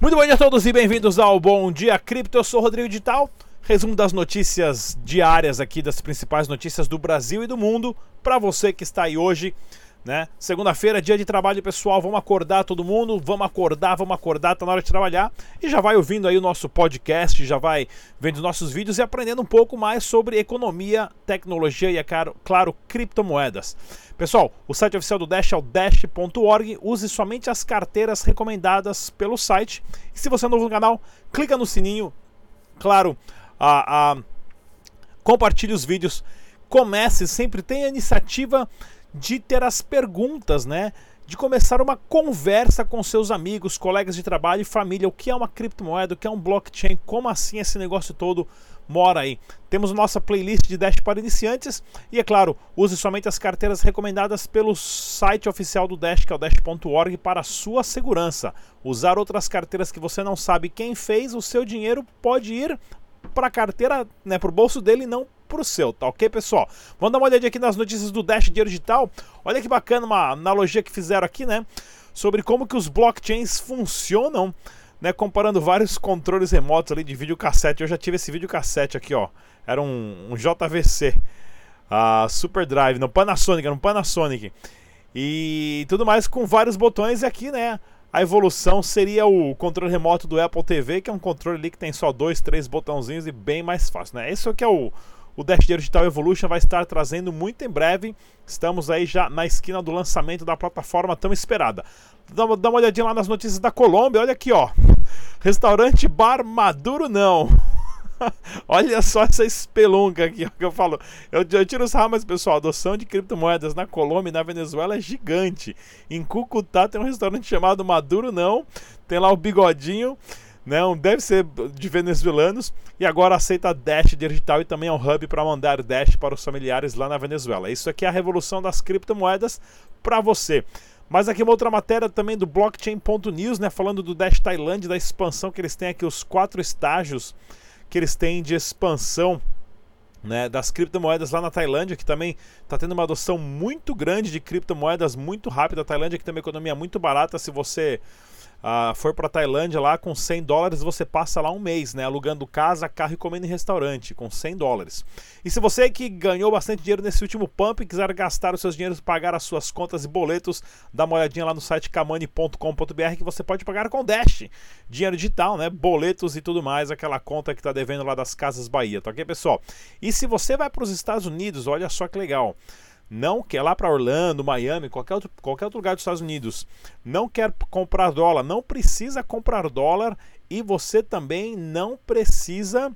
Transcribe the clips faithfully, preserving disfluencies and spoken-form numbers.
Muito bom dia a todos e bem-vindos ao Bom Dia Cripto. Eu sou o Rodrigo Digital. Resumo das notícias diárias aqui, das principais notícias do Brasil e do mundo, para você que está aí hoje, né? Segunda-feira, dia de trabalho, pessoal. Vamos acordar todo mundo, vamos acordar, vamos acordar, tá na hora de trabalhar. E já vai ouvindo aí o nosso podcast, já vai vendo os nossos vídeos e aprendendo um pouco mais sobre economia, tecnologia e, é claro, claro, criptomoedas. Pessoal, o site oficial do Dash é o dash ponto org. Use somente as carteiras recomendadas pelo site. E se você é novo no canal, clica no sininho. Claro, a, a, compartilhe os vídeos. Comece, sempre tem a iniciativa de ter as perguntas, né? De começar uma conversa com seus amigos, colegas de trabalho e família. O que é uma criptomoeda, o que é um blockchain, como assim esse negócio todo mora aí. Temos nossa playlist de Dash para iniciantes e, é claro, use somente as carteiras recomendadas pelo site oficial do Dash, que é o dash ponto org, para a sua segurança. Usar outras carteiras que você não sabe quem fez, o seu dinheiro pode ir para a carteira, né, para o bolso dele e não para o seu, tá ok, pessoal? Vamos dar uma olhadinha aqui nas notícias do Dash Dinheiro Digital. Olha que bacana uma analogia que fizeram aqui, né, sobre como que os blockchains funcionam, né, comparando vários controles remotos ali de videocassete. Eu já tive esse videocassete aqui, ó, era um, um J V C, uh, Super Drive, não, Panasonic, era um Panasonic, e tudo mais com vários botões. E aqui, né, a evolução seria o controle remoto do Apple T V, que é um controle ali que tem só dois, três botãozinhos e bem mais fácil, né? Esse aqui é o, o Dash Dinheiro Digital Evolution, vai estar trazendo muito em breve. Estamos aí já na esquina do lançamento da plataforma tão esperada. Dá uma, dá uma olhadinha lá nas notícias da Colômbia, olha aqui, ó. Restaurante Bar Maduro não. Olha só essa espelunca aqui, ó, que eu falo. Eu, eu tiro os ramas, pessoal. A adoção de criptomoedas na Colômbia e na Venezuela é gigante. Em Cucutá tem um restaurante chamado Maduro Não. Tem lá o Bigodinho, né? Deve ser de venezuelanos. E agora aceita Dash Digital e também é um hub para mandar Dash para os familiares lá na Venezuela. Isso aqui é a revolução das criptomoedas para você. Mas aqui uma outra matéria também do blockchain ponto news, né? Falando do Dash Tailândia, da expansão que eles têm aqui, os quatro estágios que eles têm de expansão, né, das criptomoedas lá na Tailândia, que também está tendo uma adoção muito grande de criptomoedas, muito rápida. A Tailândia que tem uma economia muito barata. Se você uh, for para a Tailândia lá com cem dólares, você passa lá um mês, né, alugando casa, carro e comendo em restaurante com cem dólares. E se você que ganhou bastante dinheiro nesse último pump e quiser gastar os seus dinheiros, pagar as suas contas e boletos, dá uma olhadinha lá no site kamani ponto com ponto br, que você pode pagar com Dash, dinheiro digital, né, boletos e tudo mais, aquela conta que está devendo lá das Casas Bahia, tá ok, pessoal? E se você vai para os Estados Unidos, olha só que legal. Não quer lá para Orlando, Miami, qualquer outro, qualquer outro lugar dos Estados Unidos, não quer comprar dólar, não precisa comprar dólar e você também não precisa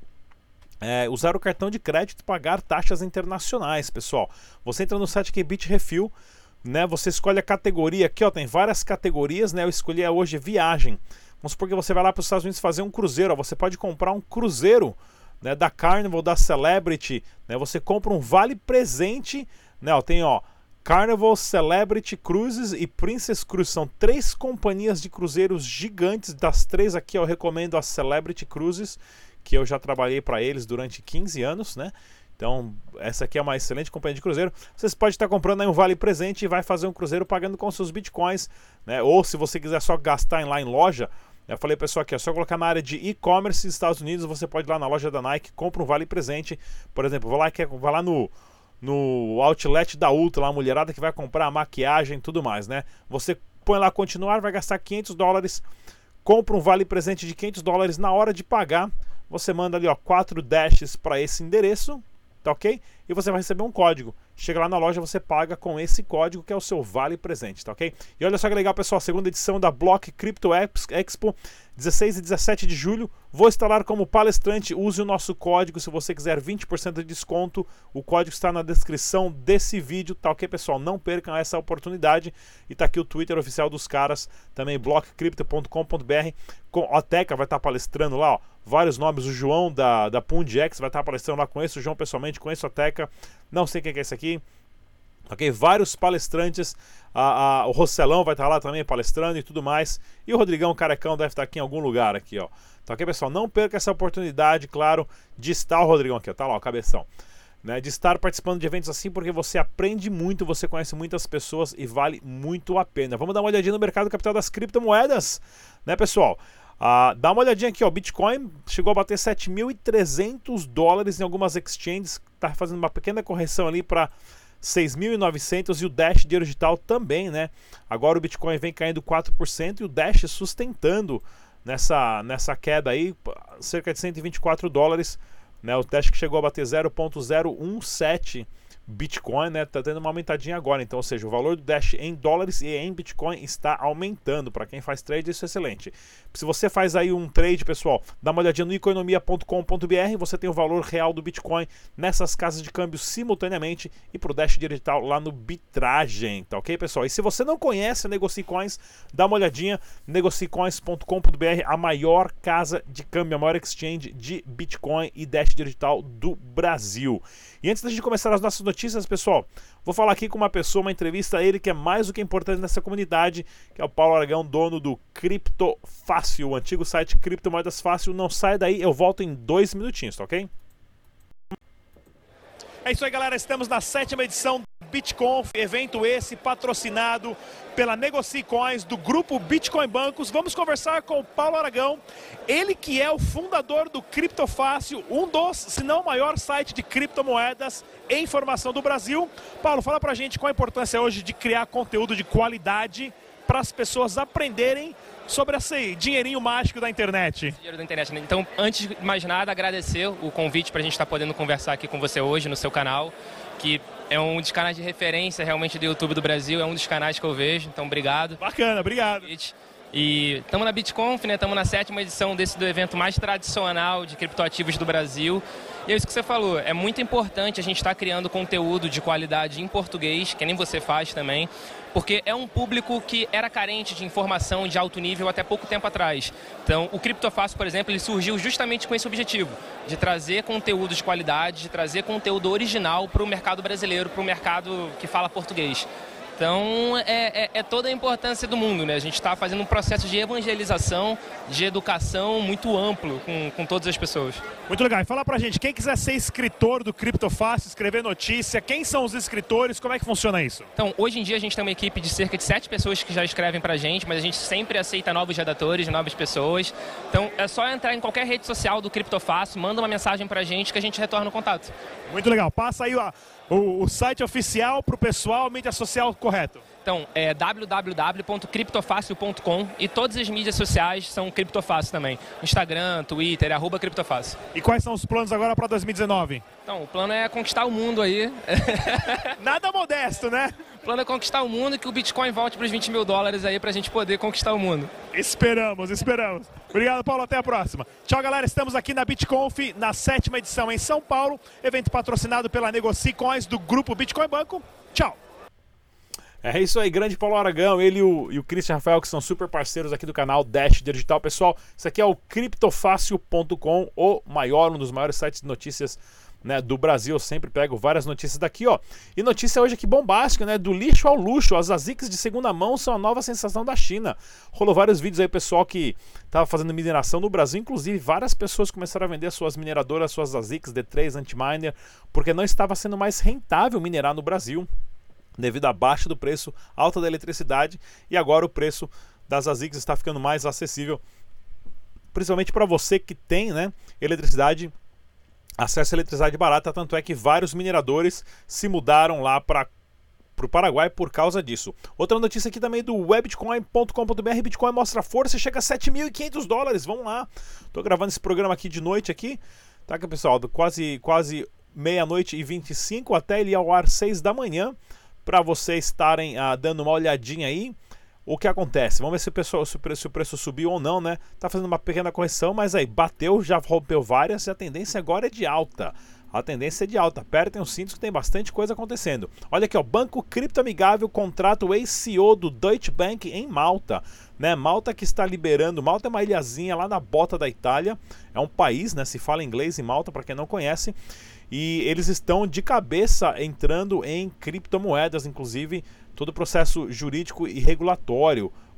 é, usar o cartão de crédito e pagar taxas internacionais, pessoal. Você entra no site aqui, Bitrefill, né? Você escolhe a categoria aqui, ó, tem várias categorias, né? Eu escolhi hoje viagem. Vamos supor que você vai lá para os Estados Unidos fazer um cruzeiro, ó, você pode comprar um cruzeiro, né, da Carnival, da Celebrity, né? Você compra um vale presente. Não, tem ó, Carnival, Celebrity Cruises e Princess Cruises. São três companhias de cruzeiros gigantes. Das três aqui eu recomendo a Celebrity Cruises, que eu já trabalhei para eles durante quinze anos, né? Então essa aqui é uma excelente companhia de cruzeiro. Vocês podem estar comprando aí um vale presente e vai fazer um cruzeiro pagando com seus bitcoins, né? Ou se você quiser só gastar lá em loja, eu falei, pessoal, aqui é só colocar na área de e-commerce dos Estados Unidos. Você pode ir lá na loja da Nike, compra um vale presente. Por exemplo, vai lá, vai lá no no outlet da Ultra, lá, a mulherada que vai comprar maquiagem e tudo mais, né? Você põe lá continuar, vai gastar quinhentos dólares, compra um vale presente de quinhentos dólares. Na hora de pagar, você manda ali, ó, quatro dashes para esse endereço, tá ok? E você vai receber um código. Chega lá na loja, você paga com esse código, que é o seu vale presente, tá ok? E olha só que legal, pessoal, segunda edição da Block Crypto Expo, dezesseis e dezessete de julho. Vou instalar como palestrante, use o nosso código se você quiser vinte por cento de desconto. O código está na descrição desse vídeo, tá ok, pessoal? Não percam essa oportunidade. E tá aqui o Twitter oficial dos caras, também block crypto ponto com ponto br. Com a Teca vai estar palestrando lá, ó, vários nomes. O João da, da Pundex vai estar palestrando lá, conheço o João pessoalmente, conheço a Teca, não sei quem que é esse aqui. Ok, vários palestrantes, a, a, o Rosselão vai estar lá também palestrando e tudo mais, e o Rodrigão Carecão deve estar aqui em algum lugar aqui, ó. Tá ok, pessoal? Não perca essa oportunidade, claro, de estar o Rodrigão aqui, ó, tá lá, o cabeção, né, de estar participando de eventos assim, porque você aprende muito, você conhece muitas pessoas e vale muito a pena. Vamos dar uma olhadinha no mercado capital das criptomoedas, né, pessoal? Ah, dá uma olhadinha aqui, ó, Bitcoin chegou a bater sete mil e trezentos dólares em algumas exchanges, tá fazendo uma pequena correção ali para seis mil e novecentos, e o Dash dinheiro digital também, né? Agora o Bitcoin vem caindo quatro por cento e o Dash sustentando nessa, nessa queda aí, cerca de cento e vinte e quatro dólares, né? O Dash que chegou a bater zero ponto zero um sete Bitcoin, né? Tá tendo uma aumentadinha agora, então, ou seja, o valor do Dash em dólares e em Bitcoin está aumentando. Para quem faz trade, isso é excelente. Se você faz aí um trade, pessoal, dá uma olhadinha no economia ponto com ponto br, você tem o valor real do Bitcoin nessas casas de câmbio simultaneamente, e pro Dash digital lá no Bitragem, tá ok, pessoal? E se você não conhece a NegociCoins, dá uma olhadinha, negocicoins ponto com ponto br, a maior casa de câmbio, a maior exchange de Bitcoin e Dash digital do Brasil. E antes da gente começar as nossas notícias, pessoal, vou falar aqui com uma pessoa, uma entrevista a ele que é mais do que importante nessa comunidade, que é o Paulo Aragão, dono do Cripto Fácil, o antigo site Criptomoedas Fácil. Não sai daí, eu volto em dois minutinhos, tá ok? É isso aí, galera, estamos na sétima edição do BitConf, evento esse patrocinado pela NegociCoins, do grupo Bitcoin Bancos. Vamos conversar com o Paulo Aragão, ele que é o fundador do Cripto Fácil, um dos, se não o maior site de criptomoedas e informação do Brasil. Paulo, fala pra gente qual a importância hoje de criar conteúdo de qualidade para as pessoas aprenderem sobre esse dinheirinho mágico da internet. Dinheiro da internet, né? Então, antes de mais nada, agradecer o convite para a gente estar podendo conversar aqui com você hoje no seu canal, que é um dos canais de referência realmente do YouTube do Brasil, é um dos canais que eu vejo, então obrigado. Bacana, obrigado. E estamos na BitConf, né? Estamos na sétima edição desse do evento mais tradicional de criptoativos do Brasil. E é isso que você falou, é muito importante a gente estar criando conteúdo de qualidade em português, que nem você faz também, porque é um público que era carente de informação de alto nível até pouco tempo atrás. Então, o Cripto Fácil, por exemplo, ele surgiu justamente com esse objetivo, de trazer conteúdo de qualidade, de trazer conteúdo original para o mercado brasileiro, para o mercado que fala português. Então, é, é, é toda a importância do mundo, né? A gente está fazendo um processo de evangelização, de educação muito amplo com, com todas as pessoas. Muito legal. E fala pra gente, quem quiser ser escritor do Cripto Fácil, escrever notícia, quem são os escritores, como é que funciona isso? Então, hoje em dia a gente tem uma equipe de cerca de sete pessoas que já escrevem pra gente, mas a gente sempre aceita novos redatores, novas pessoas. Então, é só entrar em qualquer rede social do Cripto Fácil, manda uma mensagem pra gente que a gente retorna o contato. Muito legal. Passa aí ó, o, o site oficial pro pessoal, mídia social correto. Então, é w w w ponto criptofácil ponto com e todas as mídias sociais são Criptofácil também. Instagram, Twitter, arroba Criptofácil. E quais são os planos agora para dois mil e dezenove? Então, o plano é conquistar o mundo aí. Nada modesto, né? O plano é conquistar o mundo e que o Bitcoin volte para os vinte mil dólares aí pra gente poder conquistar o mundo. Esperamos, esperamos. Obrigado, Paulo. Até a próxima. Tchau, galera. Estamos aqui na BitConf, na sétima edição em São Paulo. Evento patrocinado pela NegociCoins, do grupo Bitcoin Banco. Tchau. É isso aí, grande Paulo Aragão, ele e o, e o Christian Rafael, que são super parceiros aqui do canal Dash Digital. Pessoal, isso aqui é o criptofácil ponto com, o maior, um dos maiores sites de notícias, né, do Brasil. Eu sempre pego várias notícias daqui, ó. E notícia hoje aqui bombástica, né? Do lixo ao luxo. As ASICs de segunda mão são a nova sensação da China. Rolou vários vídeos aí, pessoal que tava fazendo mineração no Brasil. Inclusive, várias pessoas começaram a vender suas mineradoras, suas ASICs D três Antiminer, porque não estava sendo mais rentável minerar no Brasil, devido à baixa do preço, alta da eletricidade, e agora o preço das ASICs está ficando mais acessível, principalmente para você que tem, né, eletricidade, acesso à eletricidade barata. Tanto é que vários mineradores se mudaram lá para o Paraguai por causa disso. Outra notícia aqui também do webitcoin ponto com ponto br. Bitcoin mostra força e chega a sete mil e quinhentos dólares. Vamos lá. Tô gravando esse programa aqui de noite aqui, tá, pessoal? Quase, quase meia-noite e vinte e cinco, até ele ir ao ar seis da manhã. Para vocês estarem ah, dando uma olhadinha aí, o que acontece. Vamos ver se o, pessoal, se, o preço, se o preço subiu ou não, né? Tá fazendo uma pequena correção, mas aí bateu, já rompeu várias e a tendência agora é de alta. A tendência é de alta. Apertem os cintos que tem bastante coisa acontecendo. Olha aqui, ó, Banco Cripto Amigável contrata o ex-C E O do Deutsche Bank em Malta, né? Malta que está liberando, Malta é uma ilhazinha lá na bota da Itália, é um país, né? Se fala inglês em Malta, para quem não conhece. E eles estão de cabeça entrando em criptomoedas, inclusive todo o processo jurídico e regulatório.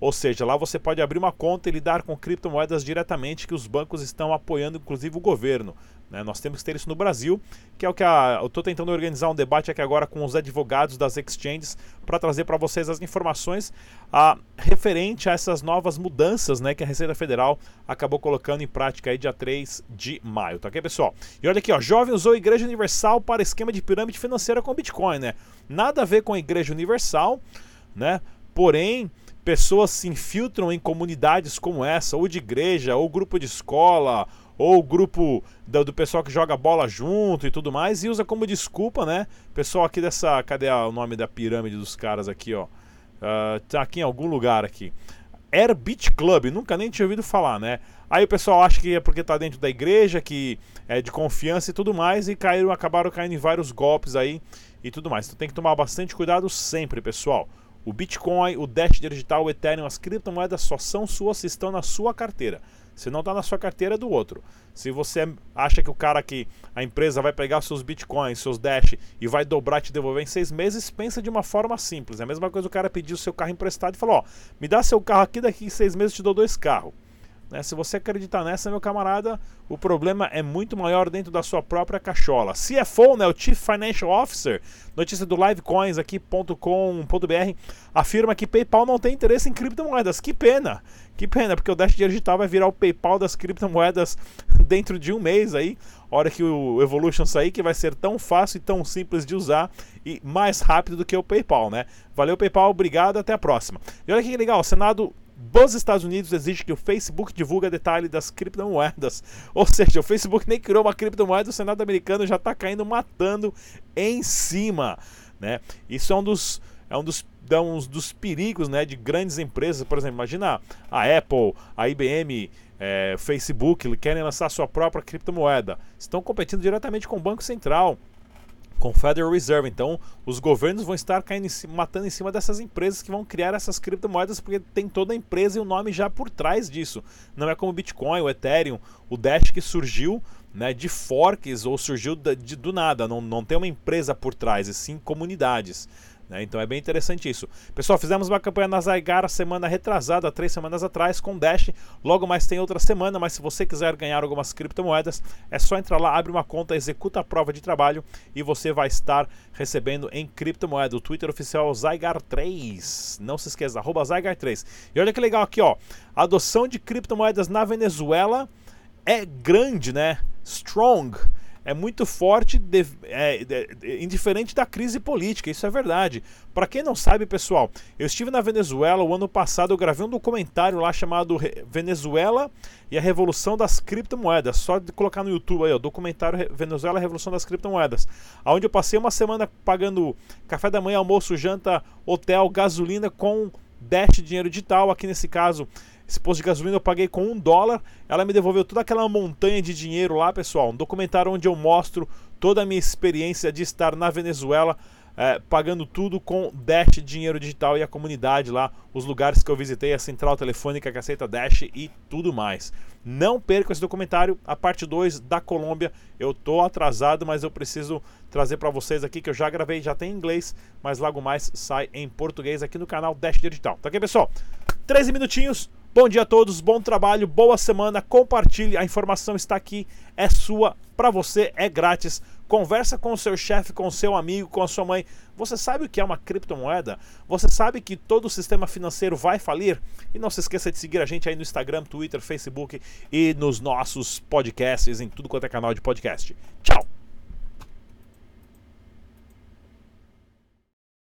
Ou seja, lá você pode abrir uma conta e lidar com criptomoedas diretamente, que os bancos estão apoiando, inclusive o governo. Né? Nós temos que ter isso no Brasil, que é o que a, eu estou tentando organizar um debate aqui agora com os advogados das exchanges para trazer para vocês as informações a, referente a essas novas mudanças, né, que a Receita Federal acabou colocando em prática aí dia três de maio, tá ok, pessoal? E olha aqui, ó, jovem usou a Igreja Universal para esquema de pirâmide financeira com Bitcoin, né? Nada a ver com a Igreja Universal, né? Porém, pessoas se infiltram em comunidades como essa, ou de igreja, ou grupo de escola, ou grupo do, do pessoal que joga bola junto e tudo mais, e usa como desculpa, né? Pessoal aqui dessa... Cadê o nome da pirâmide dos caras aqui, ó? Uh, tá aqui em algum lugar aqui. Air Beach Club, nunca nem tinha ouvido falar, né? Aí o pessoal acha que é porque tá dentro da igreja, que é de confiança e tudo mais, e caíram, acabaram caindo em vários golpes aí e tudo mais. Então tem que tomar bastante cuidado sempre, pessoal. O Bitcoin, o Dash Digital, o Ethereum, as criptomoedas só são suas se estão na sua carteira. Se não está na sua carteira, é do outro. Se você acha que o cara que a empresa vai pegar seus Bitcoins, seus Dash e vai dobrar e te devolver em seis meses, pensa de uma forma simples. É a mesma coisa o cara pedir o seu carro emprestado e falar, ó, me dá seu carro aqui, daqui a seis meses eu te dou dois carros. Né? Se você acreditar nessa, meu camarada, o problema é muito maior dentro da sua própria cachola. C F O, né, o Chief Financial Officer, notícia do livecoins aqui ponto com ponto br, afirma que PayPal não tem interesse em criptomoedas. Que pena, que pena, porque o Dash Digital vai virar o PayPal das criptomoedas dentro de um mês aí, hora que o Evolution sair, que vai ser tão fácil e tão simples de usar e mais rápido do que o PayPal, né? Valeu, PayPal, obrigado, até a próxima. E olha que legal, o Senado dos Estados Unidos exige que o Facebook divulgue detalhe das criptomoedas. Ou seja, o Facebook nem criou uma criptomoeda, o Senado americano já está caindo matando em cima, né? Isso é um dos, é um dos, é um dos perigos, né, de grandes empresas. Por exemplo, imagina a Apple, a I B M, é, Facebook, querem lançar sua própria criptomoeda. Estão competindo diretamente com o Banco Central, com o Federal Reserve. Então os governos vão estar caindo em cima, matando em cima dessas empresas que vão criar essas criptomoedas, porque tem toda a empresa e o nome já por trás disso. Não é como o Bitcoin, o Ethereum, o Dash, que surgiu, né, de forks ou surgiu de, de, do nada. Não, não tem uma empresa por trás, e sim comunidades. Então é bem interessante isso. Pessoal, fizemos uma campanha na Zygar semana retrasada, três semanas atrás, com Dash. Logo mais tem outra semana, mas se você quiser ganhar algumas criptomoedas, é só entrar lá, abre uma conta, executa a prova de trabalho e você vai estar recebendo em criptomoeda. O Twitter oficial é o Zygar três. Não se esqueça, arroba Zygar três. E olha que legal aqui, ó. A adoção de criptomoedas na Venezuela é grande, né? Strong. É muito forte, de, é, é, indiferente da crise política, isso é verdade. Para quem não sabe, pessoal, eu estive na Venezuela o ano passado, eu gravei um documentário lá chamado Venezuela e a Revolução das Criptomoedas. Só de colocar no YouTube aí, ó, documentário Venezuela e a Revolução das Criptomoedas. Onde eu passei uma semana pagando café da manhã, almoço, janta, hotel, gasolina com Dash dinheiro digital. Aqui nesse caso, esse posto de gasolina eu paguei com um dólar. Ela me devolveu toda aquela montanha de dinheiro lá, pessoal. Um documentário onde eu mostro toda a minha experiência de estar na Venezuela, é, pagando tudo com Dash dinheiro digital e a comunidade lá, os lugares que eu visitei, a central telefônica que aceita Dash e tudo mais. Não perca esse documentário, a parte dois da Colômbia. Eu tô atrasado, mas eu preciso trazer para vocês aqui, que eu já gravei, já tem em inglês, mas logo mais sai em português aqui no canal Dash Digital. Tá ok, pessoal? treze minutinhos. Bom dia a todos, bom trabalho, boa semana, compartilhe, a informação está aqui, é sua, para você, é grátis. Conversa com o seu chefe, com o seu amigo, com a sua mãe. Você sabe o que é uma criptomoeda? Você sabe que todo o sistema financeiro vai falir? E não se esqueça de seguir a gente aí no Instagram, Twitter, Facebook e nos nossos podcasts, em tudo quanto é canal de podcast. Tchau!